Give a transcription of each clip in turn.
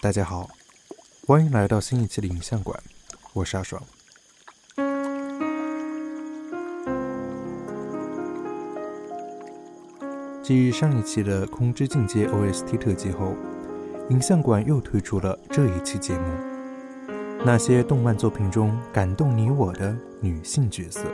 大家好，欢迎来到新一期的影像馆，我是阿爽。继上一期的空之境界 OST 特辑后，影像馆又推出了这一期节目，那些动漫作品中感动你我的女性角色。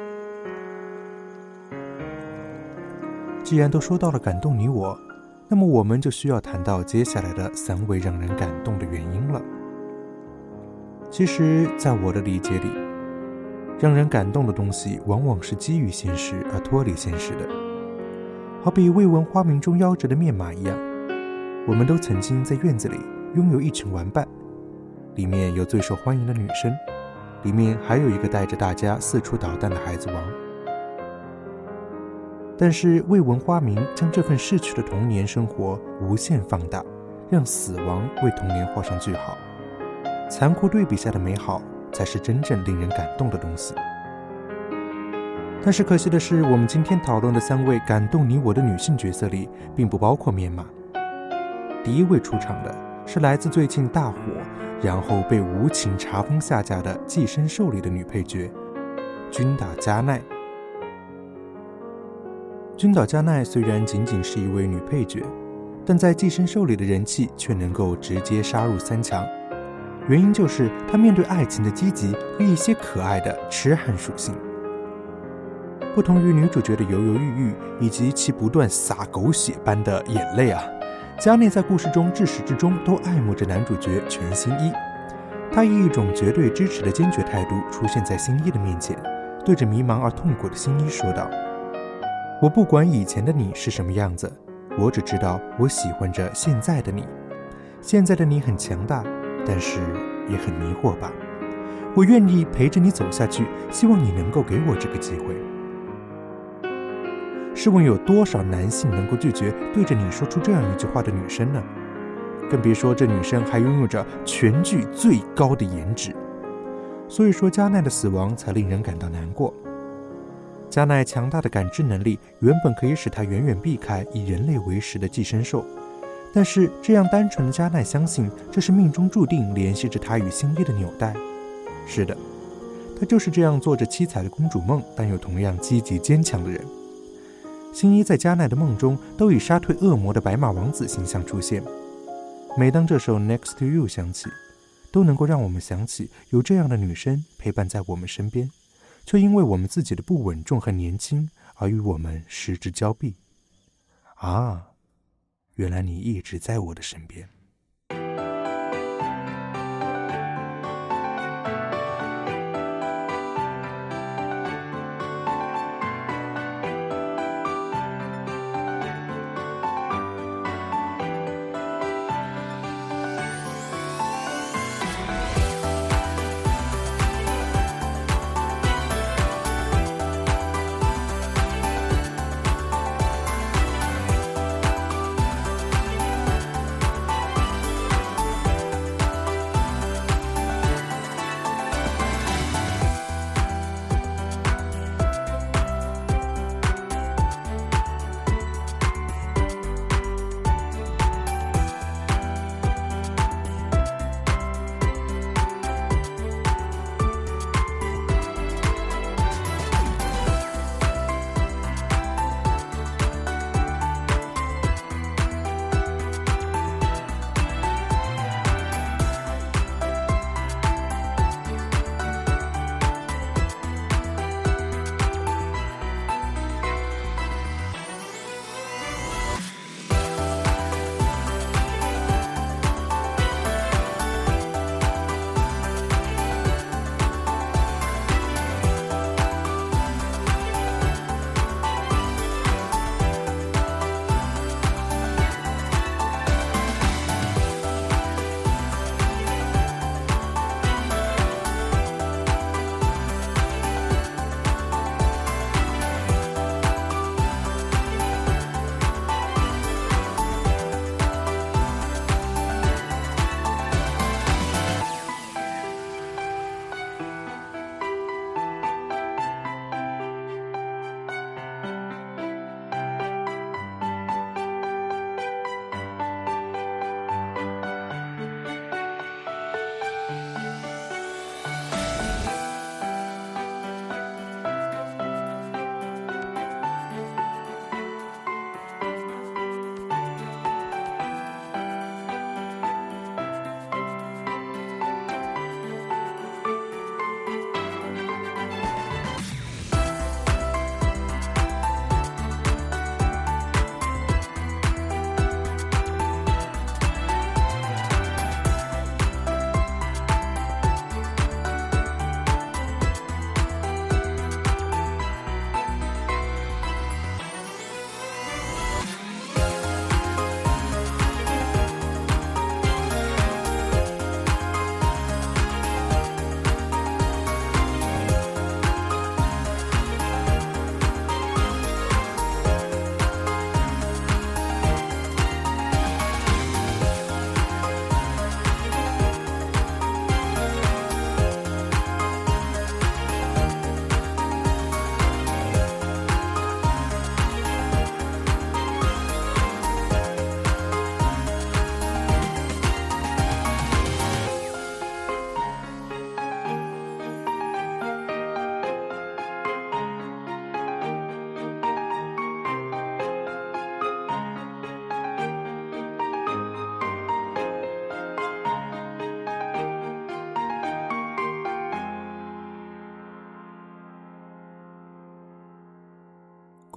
既然都说到了感动你我，那么我们就需要谈到接下来的3位让人感动的原因了。其实在我的理解里，让人感动的东西往往是基于现实而脱离现实的，好比未闻花名中夭折的面马一样，我们都曾经在院子里拥有一群玩伴，里面有最受欢迎的女生，里面还有一个带着大家四处捣蛋的孩子王。但是未闻花名将这份逝去的童年生活无限放大，让死亡为童年画上句号。残酷对比下的美好才是真正令人感动的东西。但是可惜的是，我们今天讨论的3位感动你我的女性角色里并不包括面马。第一位出场的是来自最近大火然后被无情查封下架的《寄生兽》里的女配角君岛佳奈。君岛佳奈虽然仅仅是一位女配角，但在《寄生兽》里的人气却能够直接杀入3强，原因就是她面对爱情的积极和一些可爱的痴汉属性。不同于女主角的犹犹豫豫以及其不断洒狗血般的眼泪佳奈在故事中至始至终都爱慕着男主角全新一。她以一种绝对支持的坚决态度出现在新一的面前，对着迷茫而痛苦的新一说道：我不管以前的你是什么样子，我只知道我喜欢着现在的你。现在的你很强大，但是也很迷惑吧。我愿意陪着你走下去，希望你能够给我这个机会。试问有多少男性能够拒绝对着你说出这样一句话的女生呢？更别说这女生还拥有着全剧最高的颜值。所以说佳奈的死亡才令人感到难过。佳奈强大的感知能力原本可以使她远远避开以人类为食的寄生兽，但是这样单纯的佳奈相信这是命中注定联系着她与新一的纽带。是的，她就是这样做着七彩的公主梦，但又同样积极坚强的人。新一在佳奈的梦中都以杀退恶魔的白马王子形象出现，每当这首 Next to You 响起，都能够让我们想起有这样的女生陪伴在我们身边，却因为我们自己的不稳重和年轻而与我们失之交臂。原来你一直在我的身边。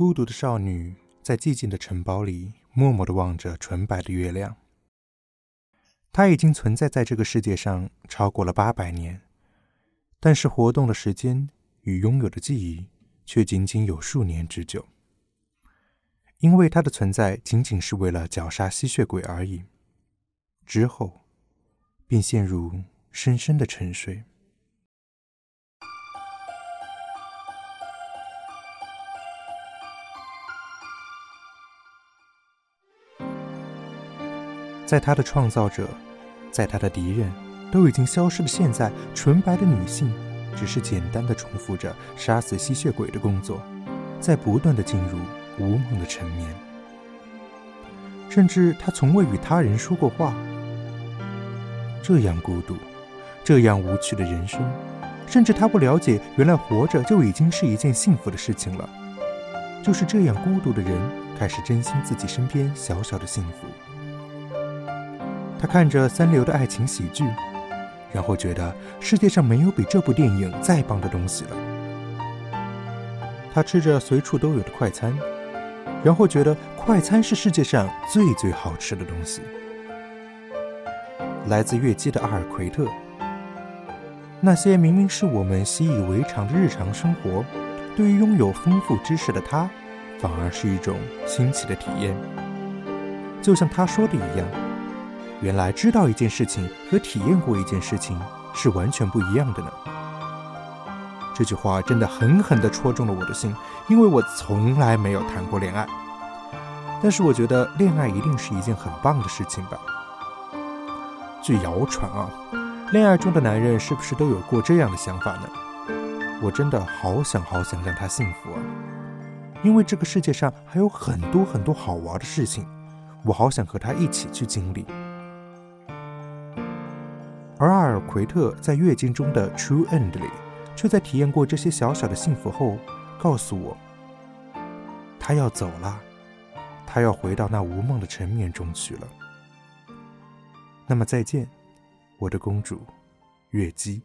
孤独的少女在寂静的城堡里默默地望着纯白的月亮。她已经存在在这个世界上超过了800年，但是活动的时间与拥有的记忆却仅仅有数年之久，因为她的存在仅仅是为了绞杀吸血鬼而已，之后便陷入深深的沉睡。在他的创造者，在他的敌人都已经消失的现在，纯白的女性只是简单的重复着杀死吸血鬼的工作，在不断的进入无梦的沉眠。甚至他从未与他人说过话。这样孤独，这样无趣的人生，甚至他不了解，原来活着就已经是一件幸福的事情了。就是这样孤独的人，开始珍惜自己身边小小的幸福。他看着三流的爱情喜剧，然后觉得世界上没有比这部电影再棒的东西了。他吃着随处都有的快餐，然后觉得快餐是世界上最最好吃的东西。来自月姬的阿尔奎特，那些明明是我们习以为常的日常生活，对于拥有丰富知识的他，反而是一种新奇的体验。就像他说的一样，原来知道一件事情和体验过一件事情是完全不一样的呢。这句话真的狠狠地戳中了我的心，因为我从来没有谈过恋爱，但是我觉得恋爱一定是一件很棒的事情吧。据谣传啊，恋爱中的男人是不是都有过这样的想法呢？我真的好想让他幸福啊，因为这个世界上还有很多很多好玩的事情，我好想和他一起去经历。而阿尔奎特在月经中的 True End 里，却在体验过这些小小的幸福后告诉我，他要走了，他要回到那无梦的沉眠中去了。那么再见，我的公主月姬。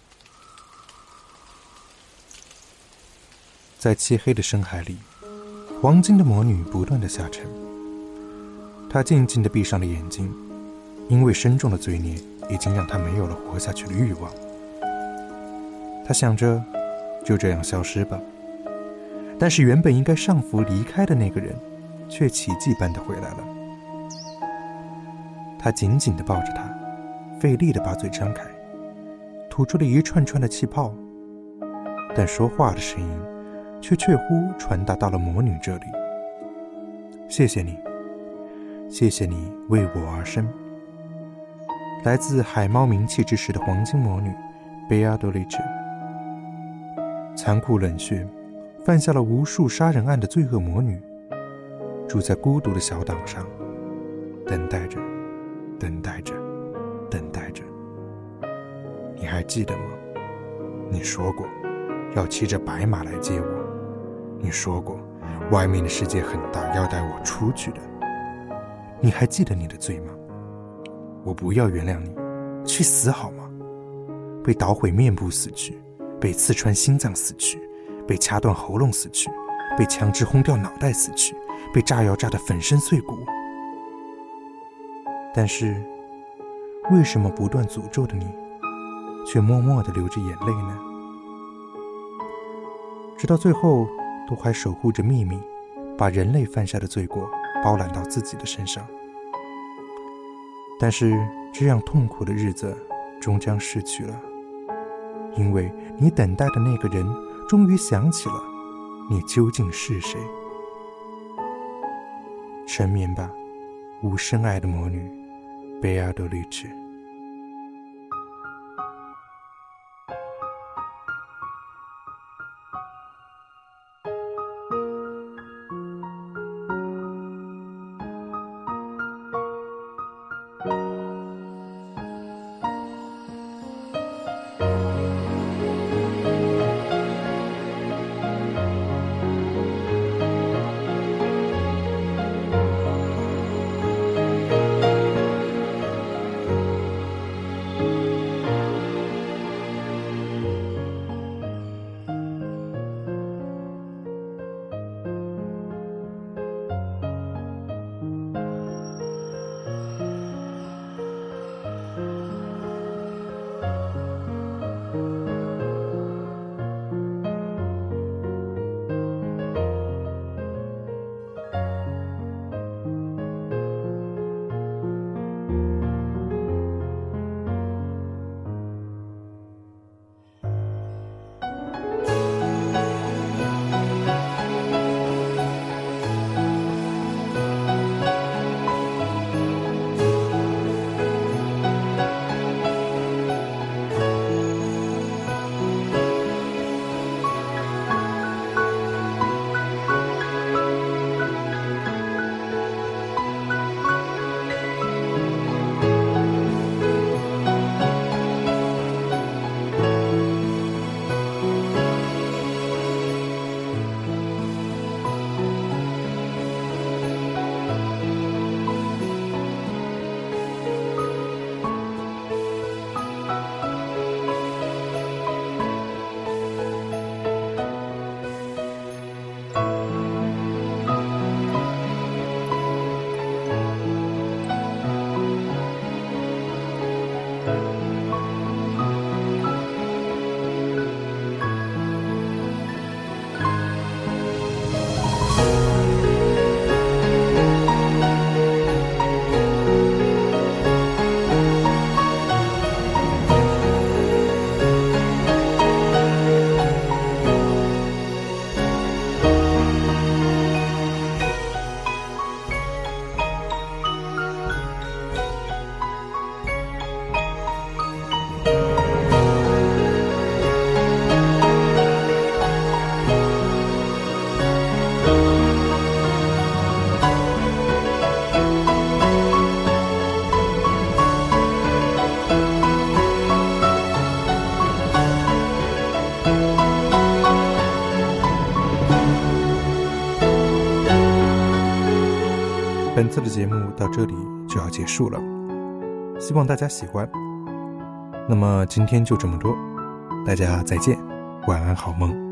在漆黑的深海里， 黄金的魔女不断地下沉，她静静地闭上了眼睛，因为深重的罪孽已经让她没有了活下去的欲望。她想着就这样消失吧，但是原本应该上浮离开的那个人却奇迹般地回来了。她紧紧地抱着他，费力地把嘴张开，吐出了一串串的气泡，但说话的声音却乎传达到了魔女这里。谢谢你，谢谢你为我而生。来自海猫鸣泣之时的黄金魔女贝亚多丽切，残酷冷血，犯下了无数杀人案的罪恶魔女，住在孤独的小岛上，等待着，等待着，等待着。你还记得吗？你说过要骑着白马来接我，你说过外面的世界很大，要带我出去的。你还记得你的罪吗？我不要原谅你，去死好吗？被捣毁面部死去，被刺穿心脏死去，被掐断喉咙死去，被强制轰掉脑袋死去，被炸药炸得粉身碎骨。但是为什么不断诅咒的你却默默地流着眼泪呢？直到最后都还守护着秘密，把人类犯下的罪过包揽到自己的身上。但是这样痛苦的日子终将逝去了，因为你等待的那个人终于想起了你究竟是谁。沉眠吧，无深爱的魔女贝亚多丽切。本次的节目到这里就要结束了，希望大家喜欢。那么今天就这么多，大家再见，晚安好梦。